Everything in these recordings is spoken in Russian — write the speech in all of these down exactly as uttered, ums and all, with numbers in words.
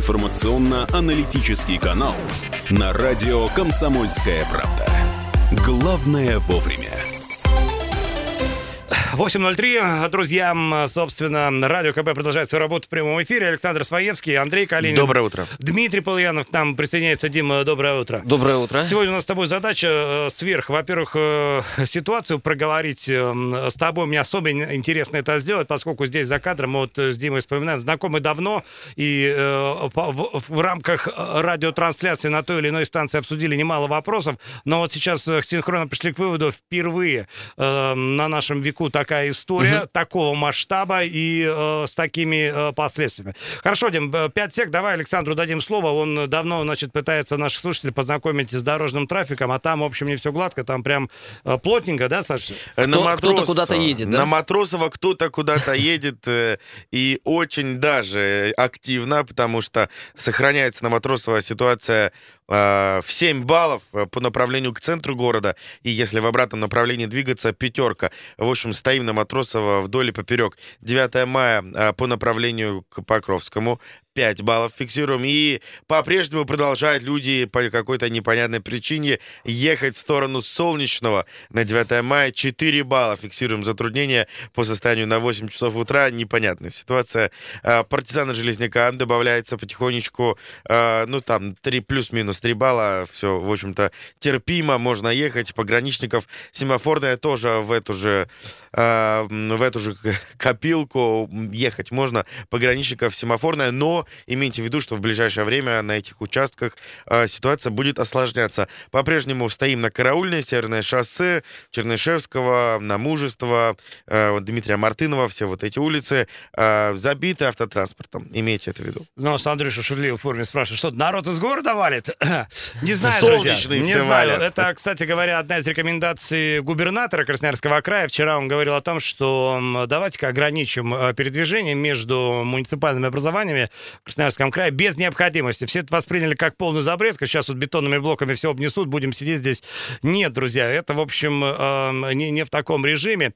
информационно-аналитический канал на радио «Комсомольская правда». Главное вовремя. восемь ноль три, друзья, собственно, Радио КП продолжает свою работу в прямом эфире. Александр Своевский, Андрей Калинин. Доброе утро. Дмитрий Полуянов к нам присоединяется. Дима, доброе утро. Доброе утро. Сегодня у нас с тобой задача сверх. Во-первых, ситуацию проговорить с тобой. Мне особо интересно это сделать, поскольку здесь за кадром мы вот с Димой вспоминаем, знакомы давно, и в рамках радиотрансляции на той или иной станции обсудили немало вопросов, но вот сейчас синхронно пришли к выводу, впервые на нашем веку такая история, угу. такого масштаба и э, с такими э, последствиями. Хорошо, Дим, пять сек, давай Александру дадим слово. Он давно, значит, пытается наших слушателей познакомить с дорожным трафиком, а там, в общем, не все гладко, там прям э, плотненько, да, Саша? Кто, на Матрос... Кто-то куда-то едет, да? На Матросова кто-то куда-то едет, и очень даже активно, потому что сохраняется на Матросова ситуация в семь баллов по направлению к центру города, и если в обратном направлении двигаться, пятерка. В общем, стоим на Матросова вдоль и поперек. девятое мая по направлению к Покровскому, пять баллов фиксируем, и по-прежнему продолжают люди по какой-то непонятной причине ехать в сторону Солнечного. На девятое мая четыре балла фиксируем затруднения по состоянию на восемь часов утра. Непонятная ситуация. Партизана Железняка добавляется потихонечку, ну там три плюс-минус три балла, все, в общем-то, терпимо, можно ехать. Пограничников семафорная тоже в эту же, в эту же копилку ехать можно. Пограничников семафорная, но имейте в виду, что в ближайшее время на этих участках э, ситуация будет осложняться. По-прежнему стоим на Караульной, Северное шоссе, Чернышевского, на Мужество, э, Дмитрия Мартынова, все вот эти улицы э, забиты автотранспортом. Имейте это в виду. Ну, с Андрюша шутливой форме спрашивает, что народ из города валит? Не знаю, Солнечный друзья. Не знаю. Валят. Это, кстати говоря, одна из рекомендаций губернатора Красноярского края. Вчера он говорил о том, что давайте-ка ограничим передвижение между муниципальными образованиями в Красноярском крае без необходимости. Все это восприняли как полный запрет. Сейчас вот бетонными блоками все обнесут, будем сидеть здесь. Нет, друзья, это, в общем, э, не, не в таком режиме.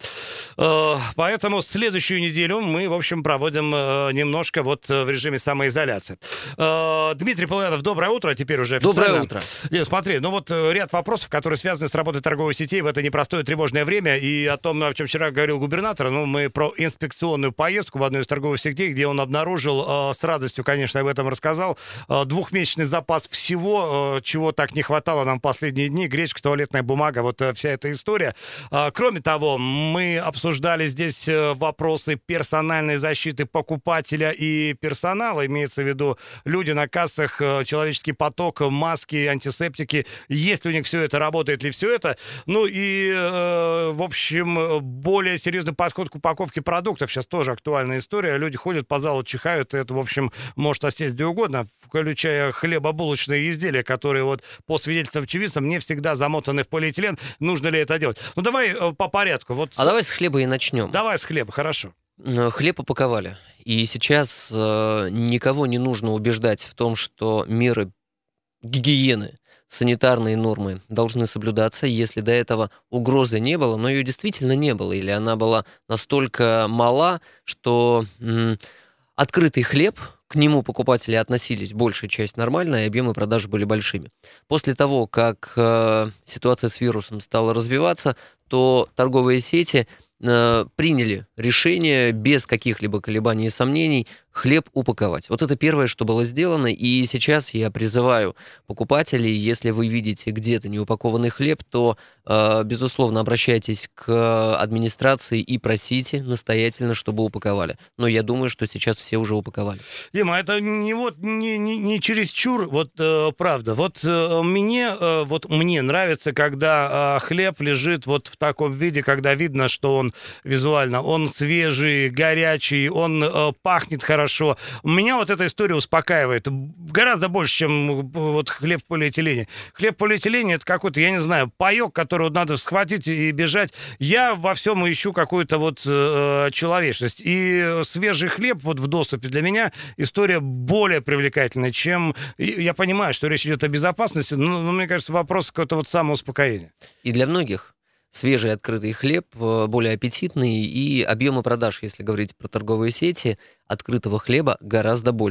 Э, поэтому следующую неделю мы, в общем, проводим э, немножко вот в режиме самоизоляции. Э, Дмитрий Полуянов, доброе утро. Теперь уже официально. Доброе утро. Нет, смотри, ну вот ряд вопросов, которые связаны с работой торговой сети в это непростое тревожное время. И о том, о чем вчера говорил губернатор, ну, мы про инспекционную поездку в одну из торговых сетей, где он обнаружил э, с радостью, конечно, об этом рассказал, э, двухмесячный запас всего, э, чего так не хватало нам в последние дни, гречка, туалетная бумага, вот э, вся эта история. Э, кроме того, мы обсуждали здесь э, вопросы персональной защиты покупателя и персонала, имеется в виду люди на кассах, э, человеческий поток, маски, антисептики, есть ли у них все это, работает ли все это. Ну и, э, в общем, более серьезный подход к упаковке продуктов. Сейчас тоже актуальная история. Люди ходят по залу, чихают, и это, в общем, может осесть где угодно, включая хлебобулочные изделия, которые вот по свидетельствам очевидцев не всегда замотаны в полиэтилен. Нужно ли это делать? Ну давай э, по порядку. Вот... А давай с хлеба и начнем. Давай с хлеба, хорошо. Хлеб упаковали. И сейчас э, никого не нужно убеждать в том, что меры гигиены, санитарные нормы должны соблюдаться. Если до этого угрозы не было, но ее действительно не было, или она была настолько мала, что м- открытый хлеб, к нему покупатели относились, большая часть нормально, и объемы продаж были большими. После того, как э, ситуация с вирусом стала развиваться, то торговые сети э, приняли решение без каких-либо колебаний и сомнений хлеб упаковать. Вот это первое, что было сделано, и сейчас я призываю покупателей, если вы видите где-то неупакованный хлеб, то, э, безусловно, обращайтесь к администрации и просите настоятельно, чтобы упаковали. Но я думаю, что сейчас все уже упаковали. Дима, это не вот не, не, не чересчур, вот э, правда. Вот э, мне э, вот мне нравится, когда э, хлеб лежит вот в таком виде, когда видно, что он визуально, он свежий, горячий, он э, пахнет хорошо. Хорошо. Меня вот эта история успокаивает гораздо больше, чем вот хлеб в полиэтилене. Хлеб в полиэтилене — это какой-то, я не знаю, паёк, который надо схватить и бежать. Я во всем ищу какую-то вот э, человечность. И свежий хлеб вот в доступе для меня история более привлекательная, чем... Я понимаю, что речь идет о безопасности, но, но мне кажется, вопрос какого-то вот самоуспокоения. И для многих свежий открытый хлеб более аппетитный, и объемы продаж, если говорить про торговые сети, открытого хлеба гораздо больше.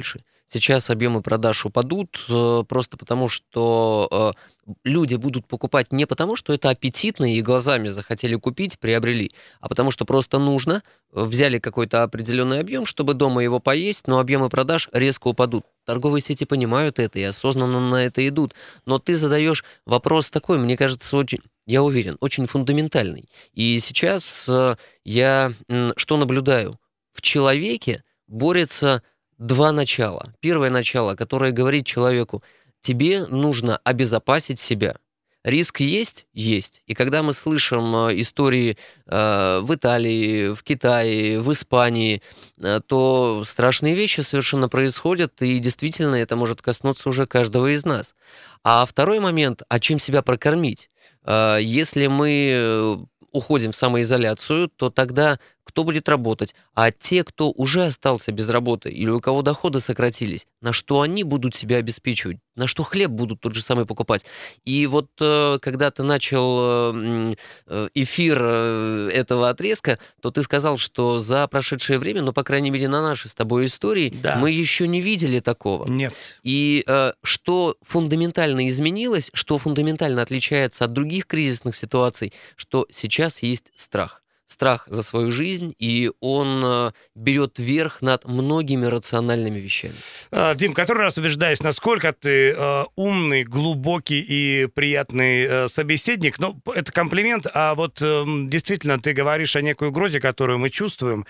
Сейчас объемы продаж упадут э, просто потому, что э, люди будут покупать не потому, что это аппетитно и глазами захотели купить, приобрели, а потому что просто нужно, взяли какой-то определенный объем, чтобы дома его поесть, но объемы продаж резко упадут. Торговые сети понимают это и осознанно на это идут. Но ты задаешь вопрос такой, мне кажется, очень, я уверен, очень фундаментальный. И сейчас э, я м, что наблюдаю? В человеке борется два начала. Первое начало, которое говорит человеку, тебе нужно обезопасить себя. Риск есть? Есть. И когда мы слышим э, истории э, в Италии, в Китае, в Испании, э, то страшные вещи совершенно происходят, и действительно это может коснуться уже каждого из нас. А второй момент, а чем себя прокормить? Э, если мы уходим в самоизоляцию, то тогда кто будет работать? А те, кто уже остался без работы или у кого доходы сократились, на что они будут себя обеспечивать? На что хлеб будут тот же самый покупать? И вот э, когда ты начал э, эфир э, этого отрезка, то ты сказал, что за прошедшее время, ну, по крайней мере, на нашей с тобой истории, Да. мы еще не видели такого. Нет. И э, что фундаментально изменилось, что фундаментально отличается от других кризисных ситуаций, что сейчас есть страх. Страх за свою жизнь, и он э, берет верх над многими рациональными вещами. А, Дим, который раз убеждаюсь, насколько ты э, умный, глубокий и приятный э, собеседник. Ну, это комплимент, а вот э, действительно ты говоришь о некой угрозе, которую мы чувствуем,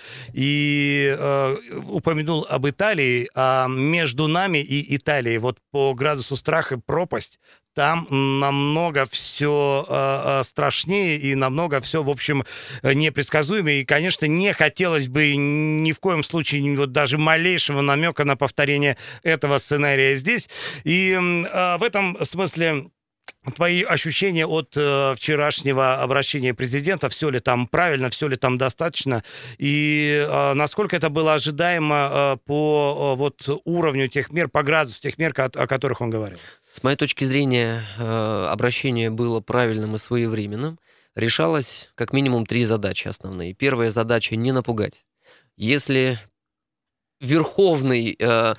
и э, упомянул об Италии, а между нами и Италией вот по градусу страха пропасть. Там намного все э, страшнее и намного все, в общем, непредсказуемее. И, конечно, не хотелось бы ни в коем случае ни вот даже малейшего намека на повторение этого сценария здесь. И э, в этом смысле твои ощущения от э, вчерашнего обращения президента, все ли там правильно, все ли там достаточно, и э, насколько это было ожидаемо э, по э, вот уровню тех мер, по градусу тех мер, о, о которых он говорил? С моей точки зрения, э, обращение было правильным и своевременным. Решалось как минимум три задачи основные. Первая задача — не напугать. Если верховный э,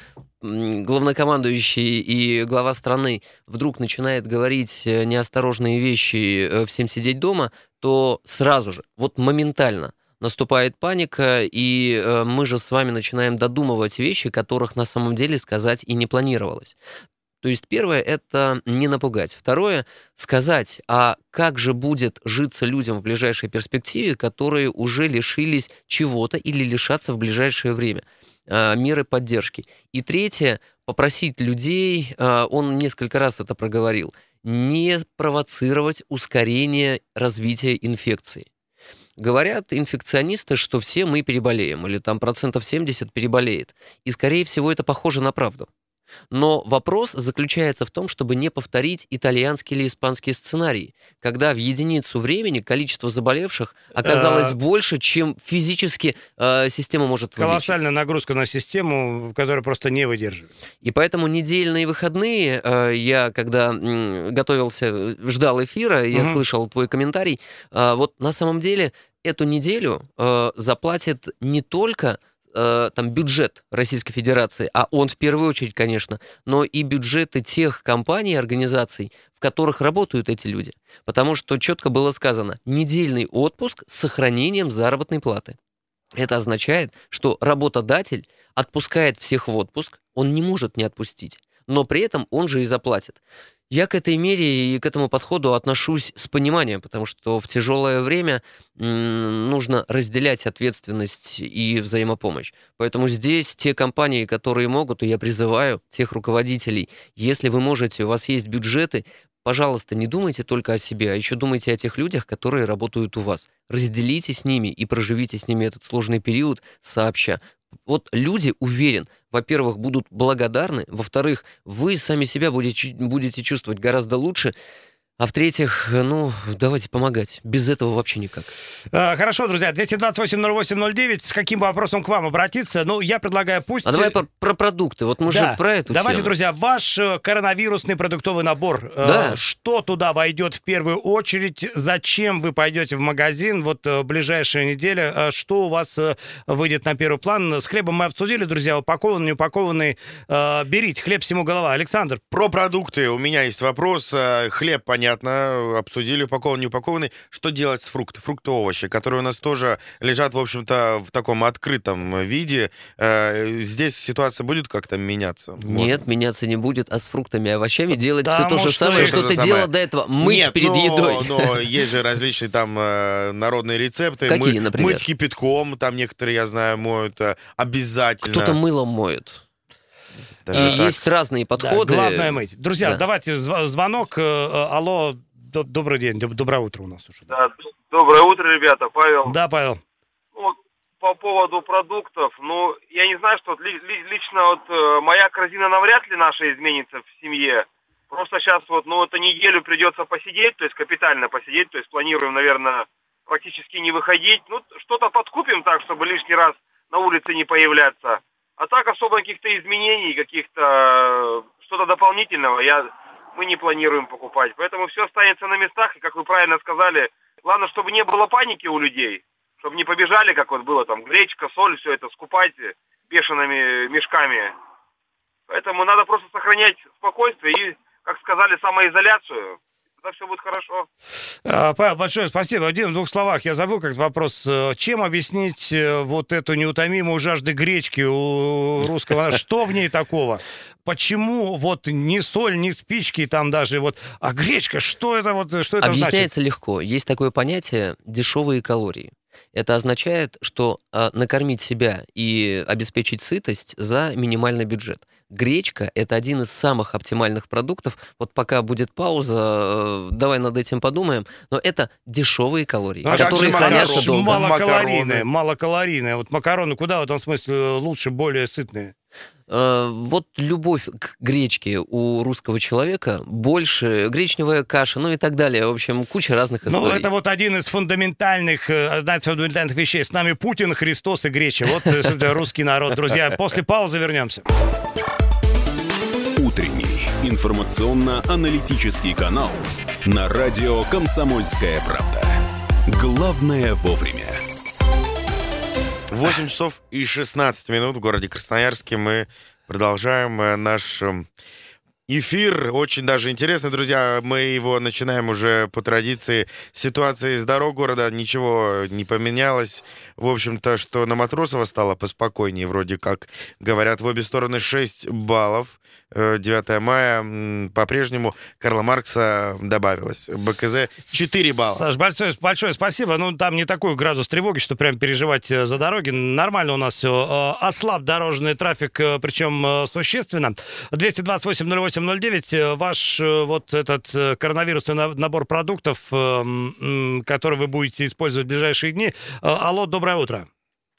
главнокомандующий и глава страны вдруг начинает говорить неосторожные вещи, всем сидеть дома, то сразу же, вот моментально наступает паника, и э, мы же с вами начинаем додумывать вещи, которых на самом деле сказать и не планировалось. То есть первое — это не напугать. Второе — сказать, а как же будет житься людям в ближайшей перспективе, которые уже лишились чего-то или лишатся в ближайшее время. Меры поддержки. И третье — попросить людей, он несколько раз это проговорил, не провоцировать ускорение развития инфекции. Говорят инфекционисты, что все мы переболеем, или там процентов семьдесят переболеет. И, скорее всего, это похоже на правду. Но вопрос заключается в том, чтобы не повторить итальянский или испанский сценарий, когда в единицу времени количество заболевших оказалось больше, чем физически э, система может вылечить. Колоссальная нагрузка на систему, которая просто не выдерживает. И поэтому недельные выходные, э, я когда м, готовился, ждал эфира, я Мгм. слышал твой комментарий, э, вот на самом деле эту неделю э, заплатит не только там бюджет Российской Федерации, а он в первую очередь, конечно, но и бюджеты тех компаний и организаций, в которых работают эти люди. Потому что четко было сказано, недельный отпуск с сохранением заработной платы. Это означает, что работодатель отпускает всех в отпуск, он не может не отпустить, но при этом он же и заплатит. Я к этой мере и к этому подходу отношусь с пониманием, потому что в тяжелое время м, нужно разделять ответственность и взаимопомощь. Поэтому здесь те компании, которые могут, и я призываю тех руководителей, если вы можете, у вас есть бюджеты, пожалуйста, не думайте только о себе, а еще думайте о тех людях, которые работают у вас. Разделите с ними и проживите с ними этот сложный период сообща. Вот люди, уверен, во-первых, будут благодарны, во-вторых, вы сами себя будете, будете чувствовать гораздо лучше. А в-третьих, ну, давайте помогать. Без этого вообще никак. А, хорошо, друзья, двести двадцать восемь ноль восемь ноль девять. С каким вопросом к вам обратиться? Ну, я предлагаю пусть... А давай про, про продукты. Вот мы да. же про эту Давайте, тему. друзья, ваш коронавирусный продуктовый набор. Да. Э, что туда войдет в первую очередь? Зачем вы пойдете в магазин? Вот э, ближайшая неделя. Э, что у вас э, выйдет на первый план? С хлебом мы обсудили, друзья. Упакованный, не упакованный. Э, берите. Хлеб всему голова. Александр. Про продукты у меня есть вопрос. Хлеб, понятно, обсудили, упакованный, не упакованный. Что делать с фруктами? Фрукты, овощи, которые у нас тоже лежат, в общем-то, в таком открытом виде. Здесь ситуация будет как-то меняться? Нет, Может? меняться не будет, а с фруктами и овощами делать Да, все то же может, самое, что что это ты самое. делал до этого. Мыть Нет, перед но, едой. но есть же различные там э, народные рецепты. Какие, Мы- например? Мыть кипятком, там некоторые, я знаю, моют э, обязательно. Кто-то мылом моет. Даже И так. есть разные Да, подходы. главное мыть. Друзья, Да. давайте зв- звонок. Э, э, алло, д- добрый день, доб- доброе утро у нас уже. Да, д- доброе утро, ребята, Павел. Да, Павел. Ну, вот по поводу продуктов, ну, я не знаю, что вот ли- ли- лично вот э, моя корзина навряд ли наша изменится в семье. Просто сейчас вот, ну, эту неделю придется посидеть, то есть капитально посидеть, то есть планируем, наверное, практически не выходить. Ну, что-то подкупим так, чтобы лишний раз на улице не появляться. А так особо каких-то изменений, каких-то э, что-то дополнительного я, мы не планируем покупать. Поэтому все останется на местах, и, как вы правильно сказали, главное, чтобы не было паники у людей, чтобы не побежали, как вот было там, гречка, соль, все это скупать бешеными мешками. Поэтому надо просто сохранять спокойствие и, как сказали, самоизоляцию. Тогда все будет хорошо. А, Павел, большое спасибо. Один в двух словах. Я забыл как вопрос. Э, Чем объяснить э, вот эту неутомимую жажду гречки у русского народа? Что в ней такого? Почему вот ни соль, ни спички там даже вот, а гречка, что это вот, что это значит? Объясняется легко. Есть такое понятие дешевые калории. Это означает, что а, накормить себя и обеспечить сытость за минимальный бюджет. Гречка – это один из самых оптимальных продуктов. Вот пока будет пауза, э, давай над этим подумаем. Но это дешевые калории, Ну, а которые как же хранятся макароны? долго. Малокалорийные, Макароны. малокалорийные. Вот макароны куда в этом смысле лучше, более сытные? Э, Вот любовь к гречке у русского человека больше, гречневая каша, ну и так далее. В общем, куча разных Ну, историй. это вот один из фундаментальных, э, одна из фундаментальных вещей. С нами Путин, Христос и Греча. Вот э, это русский народ. Друзья, после паузы вернемся. Утренний информационно-аналитический канал на радио «Комсомольская правда». Главное вовремя. восемь часов и шестнадцать минут в городе Красноярске. Мы продолжаем э, наш э, эфир. Очень даже интересный, друзья. Мы его начинаем уже по традиции. Ситуация с дорог города, ничего не поменялось. В общем-то, что на Матросова стало поспокойнее, вроде как. Говорят, в обе стороны шесть баллов. девятое мая м, по-прежнему Карла Маркса добавилось. БКЗ четыре балла. Саш, большое, большое спасибо. Ну, там не такой градус тревоги, что прям переживать э, за дороги. Нормально у нас все. Ослаб дорожный трафик, э, причем э, существенно. двести двадцать восемь ноль восемь ноль девять. э, Ваш э, вот этот э, коронавирусный на- набор продуктов, э, м, который вы будете использовать в ближайшие дни. Э, Алло, доброе утро.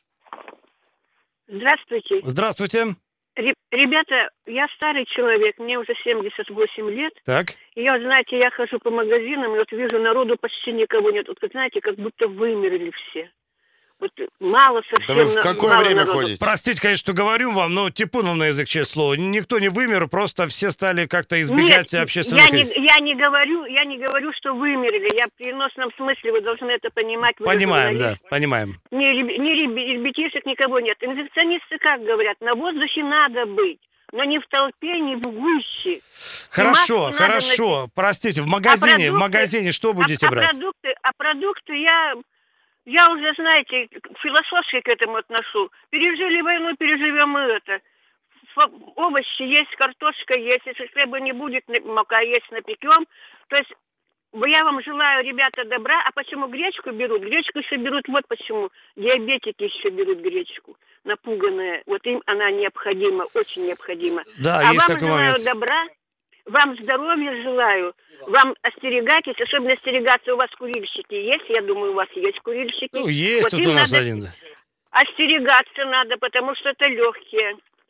Здравствуйте. Здравствуйте. Ре- Ребята, я старый человек, мне уже семьдесят восемь лет. Так. И я, вот, знаете, я хожу по магазинам, и вот вижу, народу почти никого нет. Вот, знаете, как будто вымерли все. Вот мало Да совсем. вы в на- какое мало время народу. ходите? Простите, конечно, что говорю вам, но типуном на язык честное слово. Никто не вымер, просто все стали как-то избегать Нет, общественных... я не, я не говорю, я не говорю, что вымерли. Я в переносном смысле, вы должны это понимать. Вы Понимаем, да, журналист. понимаем. Ни, реб- ни реб- ребятишек, никого нет. Инфекционисты как говорят, на воздухе надо быть, но не в толпе, не в гуще. Хорошо, маску надо хорошо. Простите, в магазине, в продукты- магазине что будете а, а брать? продукты, а продукты я, я уже, знаете, философски к этому отношу. Пережили войну, переживем и это. Фо- Овощи есть, картошка есть, если хлеба не будет, на- мука есть, напекем. То есть я вам желаю, ребята, добра. А почему гречку берут? Гречку еще берут, вот почему. Диабетики еще берут гречку, напуганные. Вот им она необходима, очень необходима. Да, а есть вам такой желаю момент. добра, вам здоровья желаю, вам остерегайтесь, особенно остерегаться. У вас курильщики есть? Я думаю, у вас есть курильщики. Ну, есть Вот тут им у нас надо один. да. остерегаться надо, потому что это легкие.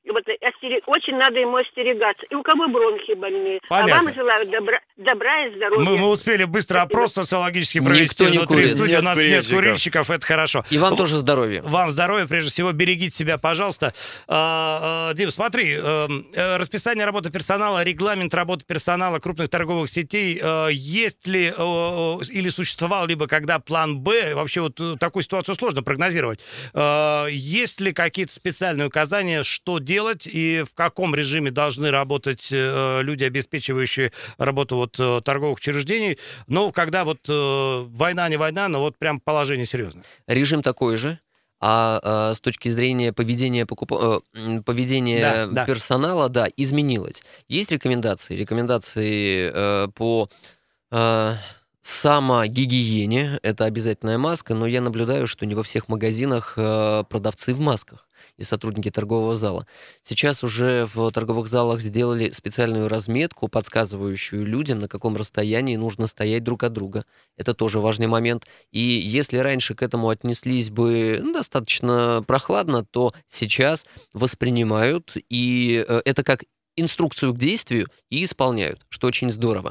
вот, остерег... очень надо ему остерегаться. И у кого бронхи больные. Понятно. А вам желаю добра, добра и здоровья. Мы, мы успели быстро опрос социологический провести Никто не внутри курит. студии. Нет У нас нет курильщиков. курильщиков, это хорошо. И вам тоже здоровья. Вам здоровья, прежде всего, берегите себя, пожалуйста. А, а, Дим, смотри, э, э, расписание работы персонала, регламент работы персонала крупных торговых сетей, э, есть ли э, или существовал либо когда план Б, вообще вот э, такую ситуацию сложно прогнозировать. Э, есть ли какие-то специальные указания, что делать и в каком режиме должны работать э, люди, обеспечивающие работу вот э, торговых учреждений, но когда вот э, война не война, но вот прям положение серьезное. Режим такой же, а, а с точки зрения поведения, покуп... э, поведения Да, да. персонала, да, изменилось. Есть рекомендации, рекомендации э, по э, самогигиене, это обязательная маска, но я наблюдаю, что не во всех магазинах э, продавцы в масках и сотрудники торгового зала. Сейчас уже в торговых залах сделали специальную разметку, подсказывающую людям, на каком расстоянии нужно стоять друг от друга. Это тоже важный момент. И если раньше к этому отнеслись бы ну, достаточно прохладно, то сейчас воспринимают, и э, это как инструкцию к действию и исполняют, что очень здорово.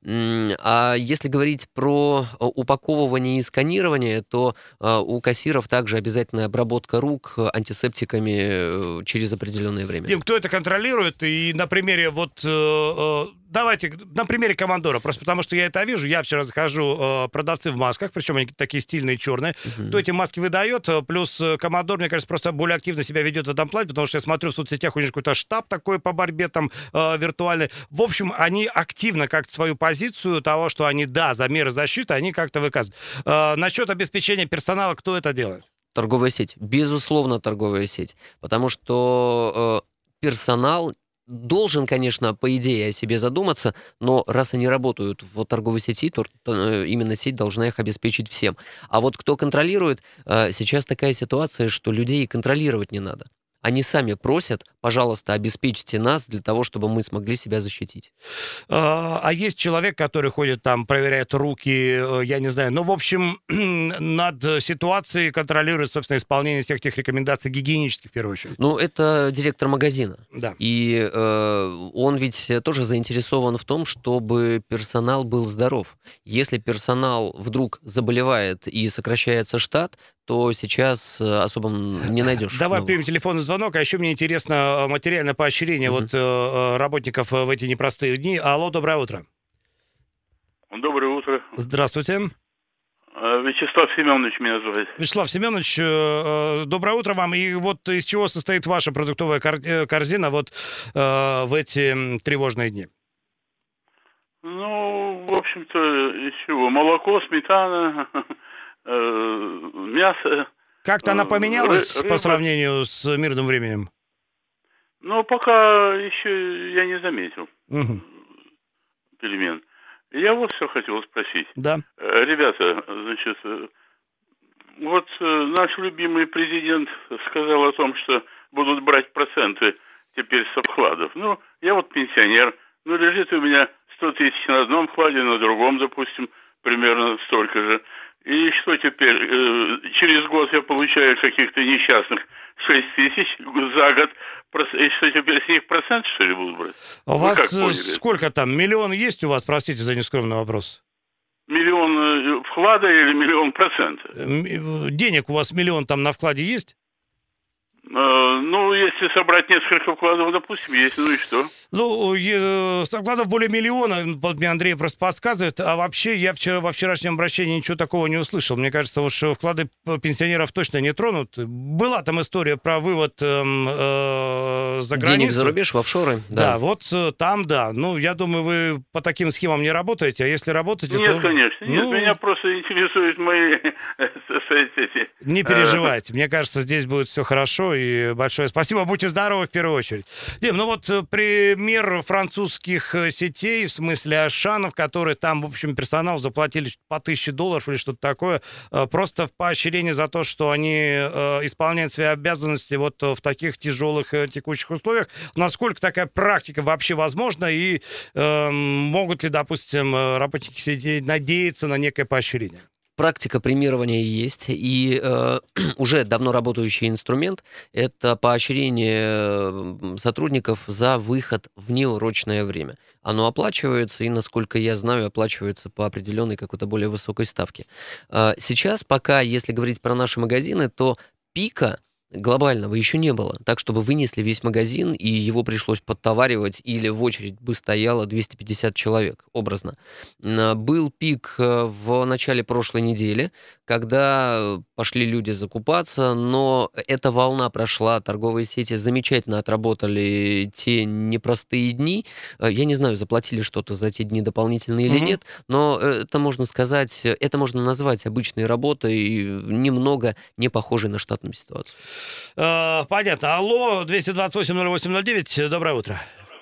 А если говорить про упаковывание и сканирование, то у кассиров также обязательная обработка рук антисептиками через определенное время. Дим, кто это контролирует? И на примере вот... э, э, давайте, на примере командора, просто потому что я это вижу. Я вчера захожу, э, продавцы в масках, причем они такие стильные, черные. Мгм. Кто эти маски выдает? э, Плюс э, командор, мне кажется, просто более активно себя ведет в этом плане, потому что я смотрю в соцсетях, у них какой-то штаб такой по борьбе там э, виртуальный. В общем, они активно как-то свою позицию того, что они, да, за меры защиты, они как-то выказывают. Э, насчет обеспечения персонала, кто это делает? Торговая сеть. Безусловно, торговая сеть. Потому что э, персонал должен, конечно, по идее о себе задуматься, но раз они работают в торговой сети, то, то э, именно сеть должна их обеспечить всем. А вот кто контролирует, э, сейчас такая ситуация, что людей контролировать не надо. Они сами просят, пожалуйста, обеспечьте нас для того, чтобы мы смогли себя защитить. А а есть человек, который ходит там, проверяет руки, э, я не знаю. Ну, в общем, над ситуацией контролирует, собственно, исполнение всех тех рекомендаций гигиенических, в первую очередь. Ну, это директор магазина. Да. И э, он ведь тоже заинтересован в том, чтобы персонал был здоров. Если персонал вдруг заболевает и сокращается штат, то сейчас э, особо не найдешь. Давай новых. примем телефонный звонок. А еще мне интересно э, материальное поощрение Мгм. вот э, э, работников э, в эти непростые дни. Алло, доброе утро. Доброе утро. Здравствуйте. Э, Вячеслав Семенович меня зовут. Вячеслав Семенович, э, э, доброе утро вам. И вот из чего состоит ваша продуктовая кор- э, корзина вот э, в эти м, тревожные дни? Ну, в общем-то, из чего? Молоко, сметана, э, мясо. Как-то она Э, поменялась ры- по рыба. сравнению с мирным временем? Но пока еще я не заметил Мгм. перемен. Я вот что хотел спросить. Да. Э, Ребята, значит, э, вот э, наш любимый президент сказал о том, что будут брать проценты теперь с вкладов. Ну, я вот пенсионер, ну, лежит у меня сто тысяч на одном вкладе, на другом, допустим, примерно столько же. И что теперь? Э, Через год я получаю каких-то несчастных шесть тысяч за год. Прос- И что теперь с них процент, что ли, будут брать? А У Вы как вас э, поняли? сколько там? Миллион есть у вас? Простите за нескромный вопрос. Миллион э, вклада или миллион процента? Э, м, э, Денег у вас миллион там на вкладе есть? Э, Ну, если собрать несколько вкладов, допустим, есть, ну и что? Ну, э, вкладов более миллиона, вот мне Андрей просто подсказывает, а вообще я вчера во вчерашнем обращении ничего такого не услышал. Мне кажется, уж вклады пенсионеров точно не тронут. Была там история про вывод эм, э, за границу. Денег за рубеж, в офшоры. Да, Да. вот э, там, да. Ну, я думаю, вы по таким схемам не работаете, а если работаете, Нет, то... конечно. Нет, Ну, меня просто интересуют мои, так сказать, эти... не переживайте. Мне кажется, здесь будет все хорошо. И большое спасибо. Будьте здоровы в первую очередь. Дим, ну вот э, пример французских э, сетей, в смысле Ашанов, которые там, в общем, персонал заплатили по тысяче долларов или что-то такое, э, просто в поощрение за то, что они э, исполняют свои обязанности вот э, в таких тяжелых э, текущих условиях. Насколько такая практика вообще возможна и э, могут ли, допустим, э, работники сетей надеяться на некое поощрение? практика премирования есть, и э, уже давно работающий инструмент – это поощрение сотрудников за выход в неурочное время. Оно оплачивается, и, насколько я знаю, оплачивается по определенной какой-то более высокой ставке. Э, сейчас пока, если говорить про наши магазины, то пика глобального еще не было, так, чтобы вынесли весь магазин, и его пришлось подтоваривать, или в очередь бы стояло двести пятьдесят человек, образно. Был пик в начале прошлой недели, когда пошли люди закупаться, но эта волна прошла, торговые сети замечательно отработали те непростые дни. Я не знаю, заплатили что-то за те дни дополнительные или mm-hmm. нет, но это можно сказать, это можно назвать обычной работой, немного не похожей на штатную ситуацию. Понятно. Алло, двести двадцать восемь ноль восемь ноль девять, доброе утро.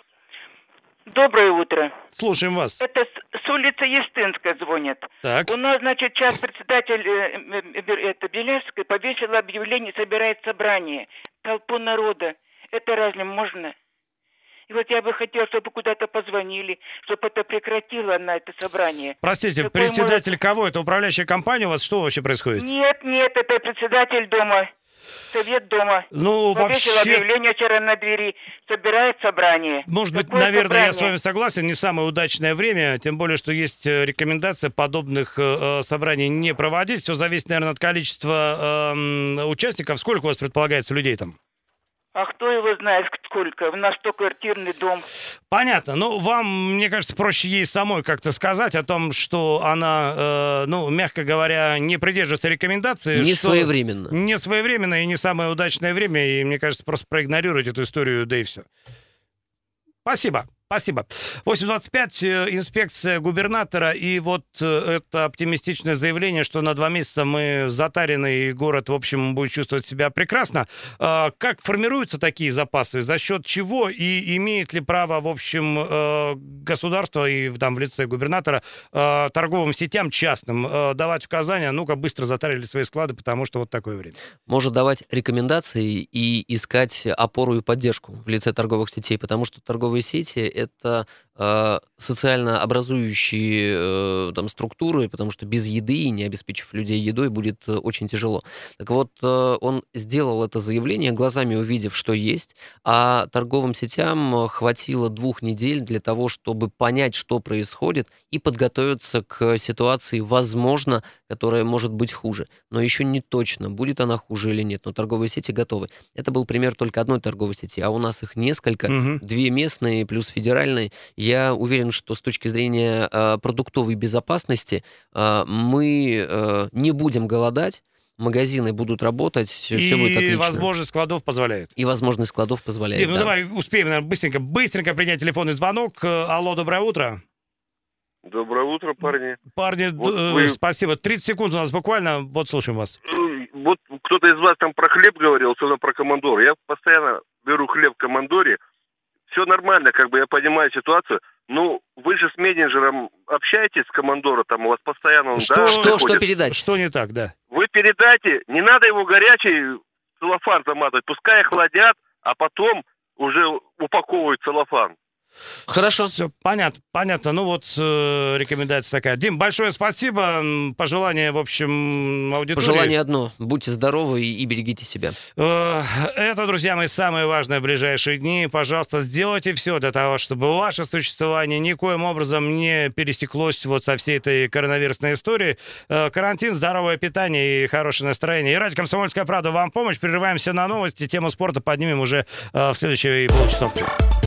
Доброе утро. Слушаем вас. Это с, с улицы Естинской звонят. Так. У нас, значит, сейчас председатель э, э, это, Белявской повесил объявление, собирает собрание. Толпу народа. Это разве можно? И вот я бы хотела, чтобы куда-то позвонили, чтобы это прекратило на это собрание. Простите, Такой председатель может... кого? Это управляющая компания у вас? Что вообще происходит? Нет, нет, это председатель дома. Совет дома. Ну, повесил вообще... объявление вчера на двери. Собирает собрание. Может быть, Какое наверное, собрание? я с вами согласен, не самое удачное время, тем более, что есть рекомендация подобных э, собраний не проводить. Все зависит, наверное, от количества э, участников. Сколько у вас предполагается людей там? А кто его знает сколько? У нас стоквартирный дом. Понятно. Ну, вам, мне кажется, проще ей самой как-то сказать о том, что она, э, ну, мягко говоря, не придерживается рекомендации. Не что своевременно. Не своевременно и не самое удачное время. И, мне кажется, просто проигнорировать эту историю, да и все. Спасибо. Спасибо. восемь двадцать пять, инспекция губернатора, и вот это оптимистичное заявление, что на два месяца мы затарены, и город, в общем, будет чувствовать себя прекрасно. Как формируются такие запасы? За счет чего? И имеет ли право, в общем, государство, и там в лице губернатора, торговым сетям частным давать указания, ну-ка, быстро затарили свои склады, потому что вот такое время? Может давать рекомендации и искать опору и поддержку в лице торговых сетей, потому что торговые сети — это э, социально образующие э, там, структуры, потому что без еды, не обеспечив людей едой, будет э, очень тяжело. Так вот, э, он сделал это заявление, глазами увидев, что есть, а торговым сетям хватило двух недель для того, чтобы понять, что происходит, и подготовиться к ситуации, возможно, которая может быть хуже. Но еще не точно, будет она хуже или нет, но торговые сети готовы. Это был пример только одной торговой сети, а у нас их несколько, угу. две местные плюс федеральной. Я уверен, что с точки зрения э, продуктовой безопасности э, мы э, не будем голодать, магазины будут работать, все и будет отлично. И возможность складов позволяет. И возможность складов позволяет, Дим, ну да. давай успеем, наверное, быстренько, быстренько принять телефонный звонок. Алло, доброе утро. Доброе утро, парни. Парни, вот д- вы... спасибо. тридцать секунд у нас буквально, вот слушаем вас. Вот кто-то из вас там про хлеб говорил, особенно про командор. Я постоянно беру хлеб в командоре. Все нормально, как бы я понимаю ситуацию. Ну, вы же с менеджером общаетесь с командора, там у вас постоянно он, что, да, что, что передать? Что не так, да? Вы передайте, не надо его горячий целлофан заматывать, пускай охладят, а потом уже упаковывают целлофан. Хорошо. Все, понятно, понятно. Ну вот э, рекомендация такая. Дим, большое спасибо. Пожелание, в общем, аудитории. Пожелание одно. Будьте здоровы и, и берегите себя. Э, это, друзья мои, самое важное в ближайшие дни. Пожалуйста, сделайте все для того, чтобы ваше существование никоим образом не пересеклось вот со всей этой коронавирусной историей. Э, карантин, здоровое питание и хорошее настроение. И радио «Комсомольская правда» вам в помощь. Прерываемся на новости. Тему спорта поднимем уже э, в следующие полчасовки.